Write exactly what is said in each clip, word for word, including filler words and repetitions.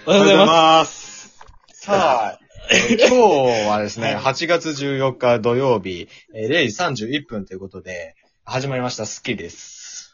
おはようございます。 さあ、今日はですね、はちがつじゅうよっか土曜日、れいじさんじゅういっぷんということで、始まりました、スッキリです。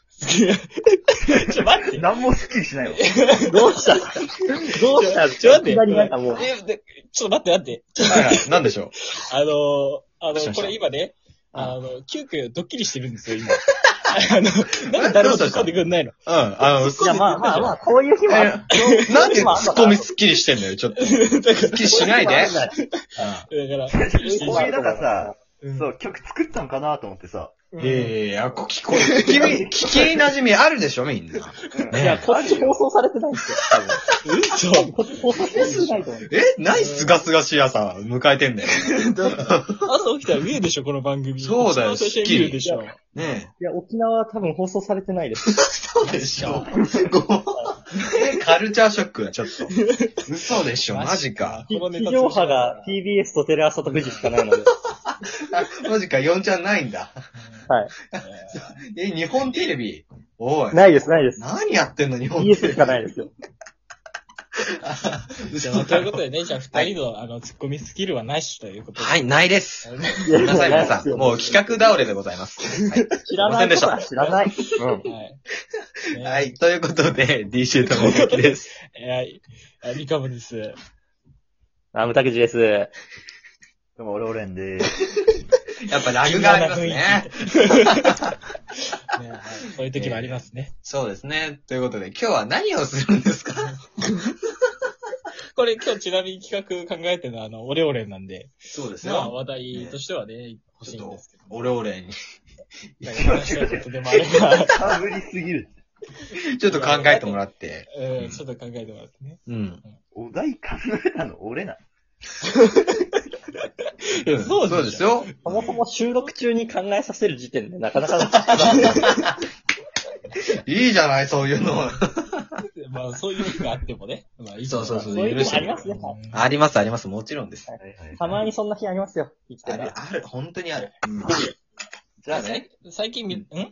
ちょ、待って。 何もスッキリしないわ。 どうしたどうしたちょ、待って。 なんかもうえ、で、ちょっと待って待って。 はいはい、なんでしょう。 あのー、あの、これ今ね、あの、急遽ドッキリしてるんですよ、今。あの、なんで誰も突っ込んでくんないの？ うん、あの、 いや、まあまあまあ、こういう日もある。 なんでツッコミスッキリしてんのよ、ちょっと。スッキリしないで。 だから、 こういうなんかさ、そう、曲作ったのかなと思ってさ。 いやいや、聞こえ、君、聞き馴染みあるでしょ、みんな。 いや、こっち放送されてないんですよ、多分。嘘こっち放送されてないと思う。 え何すがすがしい朝迎えてんだよ。 朝起きたら見るでしょ、この番組。 そうだよ、 スッキリでしょ。 ねえ。 いや、沖縄は多分放送されてないです。 そうでしょ。カルチャーショックがちょっと。嘘でしょ、マジか。 地上波が ティービーエス とテレ朝と富士しかないので。 マジか、よんちゃんないんだ。 はい。 え、日本テレビおい。 ないです、ないです。 何やってんの、日本テレビ。 イーエス しかないですよ。 じゃあ、ということでね、じゃあ二人の、あの、ツッコミスキルはないしということで。 はい、ないです。ごめんなさい、皆さん。もう企画倒れでございます。はい、 知らないことは知らない。うん。 はい。 はい、ということで、ディーシュートの動きです。 はい。ミカムです。 あ、ムタケジです。どうも、オレオレンでーす。 やっぱラグがありますね。ね、 そういう時もありますね、 えー。そうですね。ということで、今日は何をするんですか？ これ今日ちなみに企画考えてるのは、あの、オレオレンなんで。 そうですよ。 まあ、話題としてはね、ね欲しいんですけど。 オレオレンに。 なんか話したいことでもあれば。 かぶりすぎる。 ちょっと考えてもらって。 うん、ちょっと考えてもらってね。 うん。 お題考えたの俺な。 いや、そうそうですよ。 そもそも収録中に考えさせる時点でなかなかいいじゃない、そういうの。 まあ、そういう日があってもね。まあ、いいそうそうそう。 そういう日もありますね。 あります、あります。もちろんです。 たまにそんな日ありますよ。 ある、ある。本当にある。 じゃあね。 最近み、んうん。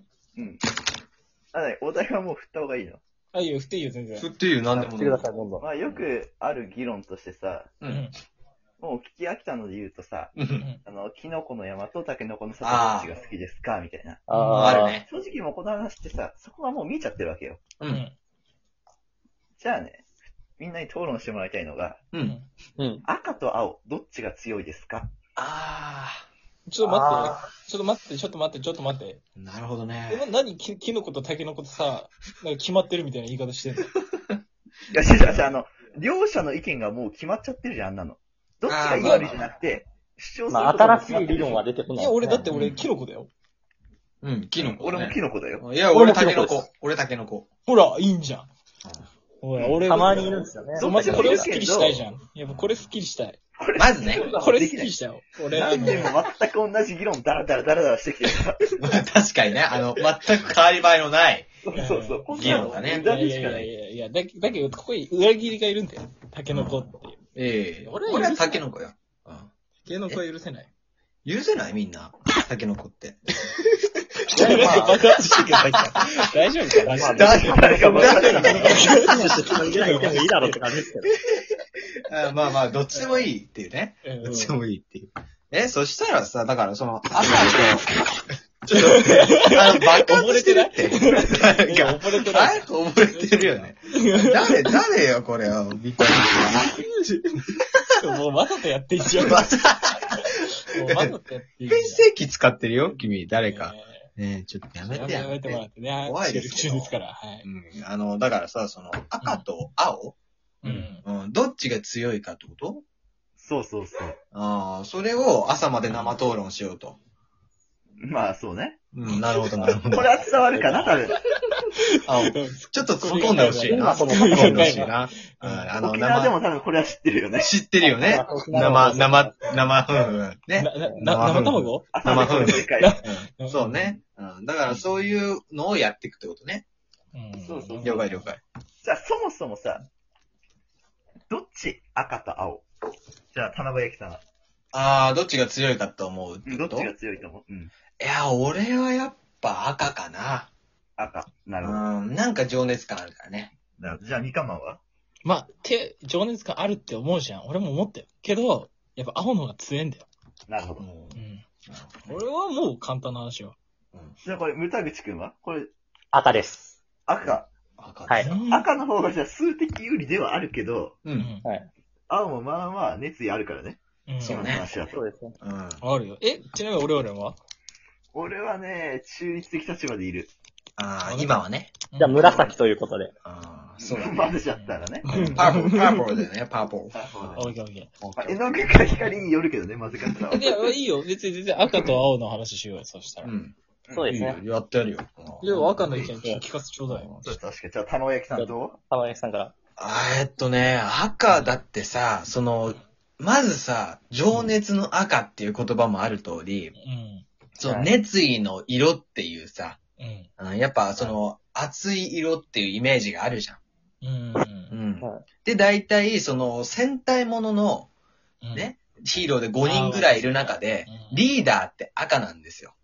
あ、ね、お題はもう振った方がいいの？ あ、いいよ、振っていいよ、全然。 振っていいよ、なんでも。 振ってください、どんどん。まあ、よくある議論としてさ、 うん。 もう聞き飽きたので言うとさ、 うん、 あの、キノコの山とタケノコの里どっちが好きですかみたいな。 ああ、あるね。 正直もうこの話ってさ、そこはもう見えちゃってるわけよ。 うん。 じゃあね、みんなに討論してもらいたいのが、 うん。うん。 赤と青、どっちが強いですか？ ああ。ちょっと待って、ちょっと待って、ちょっと待って、ちょっと待って。 なるほどね。 え、何キ、キノコとタケノコとさ、なんか決まってるみたいな言い方してんの？いや、しかし、あの、両者の意見がもう決まっちゃってるじゃん、あんなの。どっちがいい悪いじゃなくて、主張することが。まあ、新しい理論は出てこない。 いや、俺だって俺、キノコだよ。 うん、キノコ。 俺もキノコだよ。 いや、俺タケノコ。俺タケノコ。 ほら、いいんじゃん。ほら、俺。 たまにいるんですよね。 まずこれをスッキリしたいじゃん。いや、これスッキリしたい。 まずね。 これスッキリしたよ。俺。 何年も全く同じ議論ダラダラダラダラしてきてるから。 確かにね、あの、全く変わり映えのない。 そうそう。 議論がね。 いやいやいやいやいや、だだけど、ここに裏切りがいるんだよ。タケノコっていう。 ええ。俺はタケノコよ。 タケノコは許せない。 許せないみんな。タケノコって。 爆発してけど、大丈夫かな？ 誰か誰か誰かいいだろって感じですけど。まあまあ、どっちでもいいっていうね。どっちでもいいっていう。え、そしたらさ、だからその、赤と、ちょっと、あの、爆発してるって。 いや、溺れてない。 溺れてるよね。誰、誰よ、これは。見たもうわざとやってんじゃん。もうわざとやってんじゃん。 変声機使ってるよ、君、誰か。ねえ、ちょっとやめてやめてもらってね。 怖いです中ですから。はい。 うん。あの、だからさ、その、赤と青うん。 うん。どっちが強いかってこと？ そうそうそう。 ああ、それを朝まで生討論しようと。 まあ、そうね。 うん、なるほど、なるほど。 これは伝わるかな、多分。 あ、ちょっと突っ込んでほしいな。 突っ込んでほしいな。 あの、沖縄でも多分これは知ってるよね。 知ってるよね。生、生、生ふんふん。ね。 生卵？ 生ふんふん。そうね。だからそういうのをやっていくってことね。 そうそう。 了解了解。 じゃあ、そもそもさ、どっち赤と青？じゃあ、田辺焼きさん。 ああ、どっちが強いかと思うってこと？どっちが強いと思う？うん。 いや、俺はやっぱ赤かな。 赤。なるほど。 うん、なんか情熱感あるからね。 なるほど。じゃあ、みかまんは？ まあ、手、情熱があるって思うじゃん。俺も思ったよ。けど、やっぱ青の方が強いんだよ。 なるほど。 うん。俺はもう簡単な話よ。 うん。じゃあこれ、ムタグチ君はこれ、 赤です。 赤。 赤はい。 赤の方がじゃあ数的有利ではあるけど、 うん。 はい。 青もまあまあ熱意あるからね。 うん。 そうね。 そうですね。 うん。 あるよ。え、ちなみに俺俺は俺はね、中立的立場でいる。 ああ、今はね。 じゃあ紫ということで。 ああ、そうだね。 混ぜちゃったらね。 パープル、パープルだよね、パープル。 オッケーオッケー。 絵の具か光によるけどね、混ぜ方は。 いや、いいよ。別に全然赤と青の話しようよ、そしたら。 うん。 そうですね。 やってやるよ。 でも赤の意見聞かせてちょうだい。 そう、確かに。じゃあ、たのやきさんとたのやきさんから。 えっとね、赤だってさ、その、まずさ、情熱の赤っていう言葉もある通り、うん。そう、熱意の色っていうさ、うん。やっぱその、熱い色っていうイメージがあるじゃん。うん。うん。で、大体、その、戦隊ものの、ね、ヒーローでごにんぐらいいる中で、リーダーって赤なんですよ。うん。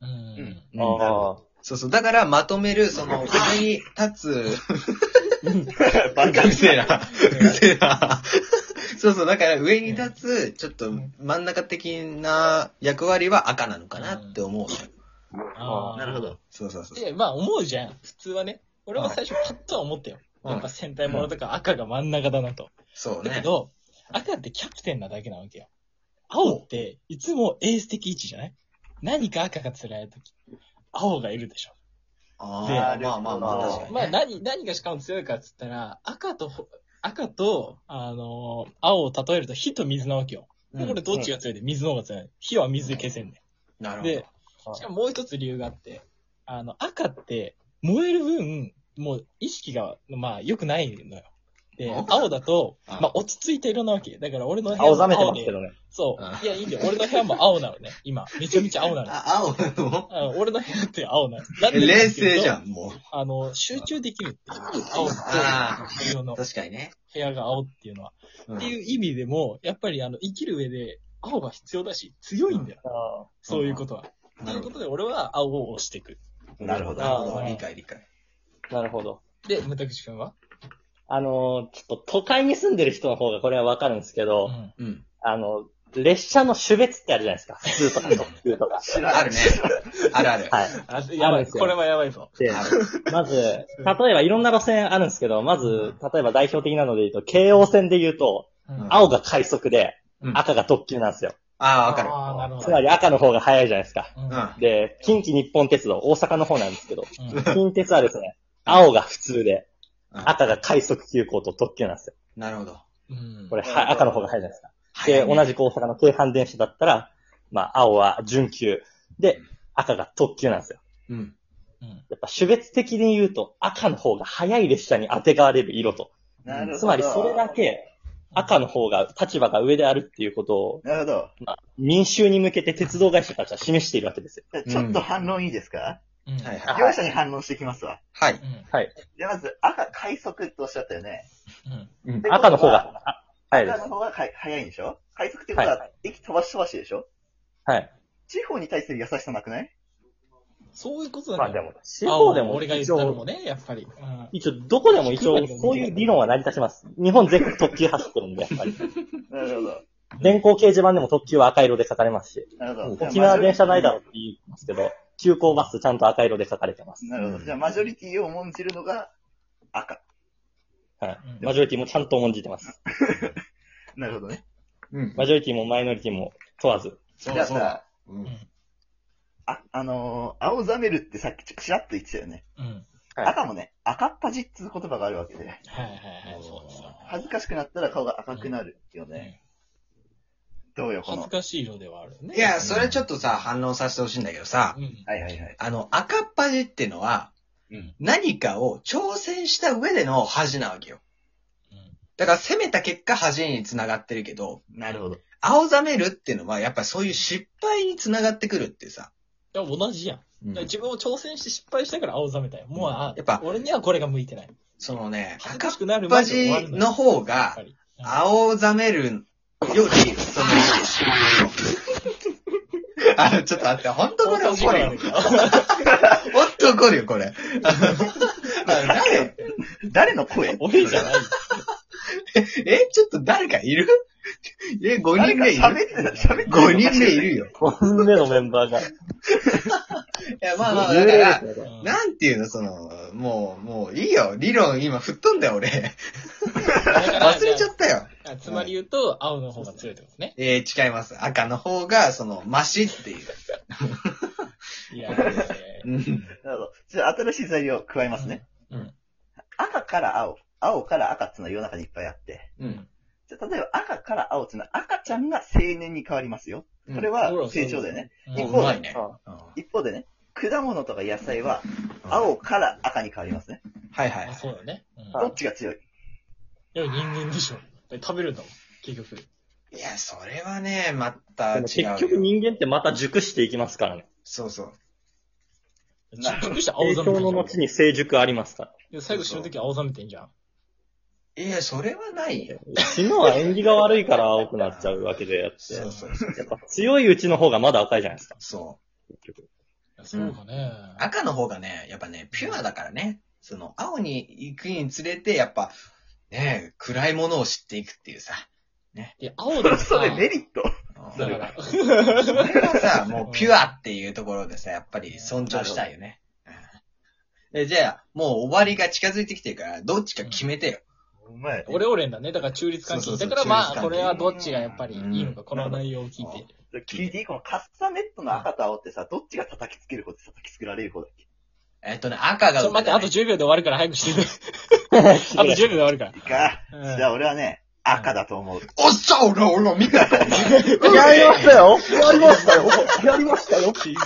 そうそう。だから、まとめる、その、上に立つ、バカうせえな。うせえな。そうそう。だから、上に立つ、ちょっと、真ん中的な役割は赤なのかなって思う。 ああ、 なるほど。 そうそうそう。 いや、まあ思うじゃん。普通はね。俺は最初パッとは思ったよ。やっぱ戦隊ものとか赤が真ん中だなと。 そうね。 だけど、赤ってキャプテンなだけなわけよ。青っていつもエース的位置じゃない？何か赤が辛いとき、青がいるでしょ。 ああ、まあまあまあ確かに、ね。 まあ何、何がしかも強いかっつったら、赤と、赤と、あのー、青を例えると火と水なわけよ。で、これどっちが強いで、水の方が強い。火は水で消せんね。 なるほど。 で、しかももう一つ理由があって、あの、赤って燃える分、もう意識が、まあ良くないのよ。で、青だと、まあ落ち着いて色なわけ。だから俺の部屋も青で。 青ざめてますけどね。 そう。いや、いいんだよ。俺の部屋も青なのね。今。めちゃめちゃ青なの。 あ、青なの？ あ俺の部屋って青なの。 冷静じゃん、もう。 あの、集中できるっていう。青と色の。 確かにね。 部屋が青っていうのは。うん、っていう意味でも、やっぱりあの、生きる上で青が必要だし、強いんだよ。うん、そういうことは。ということで、俺は青を押していく。 なるほど。 なるほど。理解理解。 なるほど。 で、ムタクチ君はあのー、ちょっと都会に住んでる人の方がこれはわかるんですけど、うん、あの、列車の種別ってあるじゃないですか。普通とか特急とか。 あるね。あるある。 はい。 あやばい。これはやばいぞ。 で、まず、例えばいろんな路線あるんですけど、まず、例えば代表的なので言うと、京王線で言うと、うん、青が快速で、赤が特急なんですよ。 ああ、わかる。 あなるほど。 つまり赤の方が早いじゃないですか。 うん、 で、近畿日本鉄道、大阪の方なんですけど、うん、近鉄はですね、青が普通で、赤が快速急行と特急なんですよ。 なるほど。 これ、は赤の方が早いじゃないですか。で、ね、同じく大阪の京阪電車だったら、まあ、青は準急。で、赤が特急なんですよ。うん。やっぱ種別的に言うと、赤の方が早い列車に当てがわれる色と。 なるほど。 つまりそれだけ、赤の方が立場が上であるっていうことを、 なるほど。 まあ、民衆に向けて鉄道会社たちは示しているわけですよ。 ちょっと反論いいですか？ うん、はいはい。両者に反論していきますわ。 はい。 はい。 じゃあまず、赤快速っておっしゃったよね。 うん。赤の方が、 早いです。赤の方が早いんでしょ？快速ってことは、駅飛ばし飛ばしでしょ？ はい。 地方に対する優しさなくない？ そういうことだね。 まあでも、地方でも俺が言ったのもね、やっぱり。 うん、一応、どこでも一応、そういう理論は成り立ちます。日本全国特急走ってるんで、やっぱり。 なるほど。 電光掲示板でも特急は赤色で書かれますし。 なるほど。 沖縄電車ないだろって言いますけど、急行バスちゃんと赤色で書かれてます。 なるほど。じゃあ、マジョリティを重んじるのが赤。 はい。マジョリティもちゃんと重んじてます。 なるほどね。 うん。マジョリティもマイノリティも問わず。 じゃあさ、うん、あ、あのー、青ざめるってさっきちらっと言ってたよね。うん。はい、赤もね、赤っ端っていう言葉があるわけで。はいはいはい、そうですよ。 恥ずかしくなったら顔が赤くなるよね。うん、どうよ、この。 恥ずかしい色ではあるね。 いや、それちょっとさ、反論させてほしいんだけどさ、うん、 はいはいはい。 あの、赤っ端っていうのは、うん、何かを挑戦した上での恥なわけよ。だから攻めた結果恥に繋がってるけど、 なるほど。 青ざめるっていうのはやっぱそういう失敗に繋がってくるってさ。 いや、同じやん。うん、自分を挑戦して失敗したから青ざめたよ。もう、うん、やっぱ、俺にはこれが向いてない。 そのね、 赤っ端の方が、青ざめるより、その、あの、ちょっと待って、ほんとこれ怒るよ。ほんと怒るよ、これ。 誰誰の声俺じゃない。 いえ、ちょっと誰かいるえ、ごにんめいる喋ってた、喋ってた。 ごにんめいるよ。 ごにんめのメンバーが。 いや、まあまあ、だから、なんていうの、その、もう、もういいよ。理論今吹っ飛んだよ、俺。忘れちゃったよ。 つまり言うと、青の方が強いってことですね。 えー、違います。赤の方が、その、マシっていう。 いや、ですね。 なるほど。じゃあ、新しい材料を加えますね。 うん。 赤から青、青から赤っていうのは世の中にいっぱいあって。 うん。 じゃあ、例えば赤から青っていうのは赤ちゃんが青年に変わりますよ。これは成長だよね。 一方でね。 一方でね、果物とか野菜は青から赤に変わりますね。 はいはい。 そうだね。 どっちが強い？ いや、人間でしょ。食べるんだもん、結局。 いや、それはね、また違う。 結局人間ってまた熟していきますからね。 そうそう。 熟して青ざめてんじゃん。 成長の後に成熟ありますから。 いや、最後死ぬとき青ざめてんじゃん。 いや、それはないよ。 死ぬのは縁起が悪いから青くなっちゃうわけであって。そうそうそう。やっぱ強いうちの方がまだ赤いじゃないですか。 そう。結局。 そうかね、 うん。赤の方がね、やっぱね、ピュアだからね。その、青に行くにつれて、やっぱ、ね、暗いものを知っていくっていうさ。ね。 いや、青でさ。 それメリット。 だから。 それはさ、もうピュアっていうところでさ、やっぱり尊重したいよね。うん、じゃあ、もう終わりが近づいてきてるから、どっちか決めてよ。 うまい。 俺オレンだね。だから中立関係。だからまあ、これはどっちがやっぱりいいのか、この内容を聞いて。 聞いていい？このカスタネットの赤と青ってさ、どっちが叩きつける方で叩きつけられる方だっけ？ えっとね、赤が。 ちょ、待って、あとじゅうびょうで終わるから早くしてくれ。あとじゅうびょうで終わるから。 いいか。じゃあ俺はね、赤だと思う。 おっしゃおらおら、見たかやりましたよやりましたよやりましたよ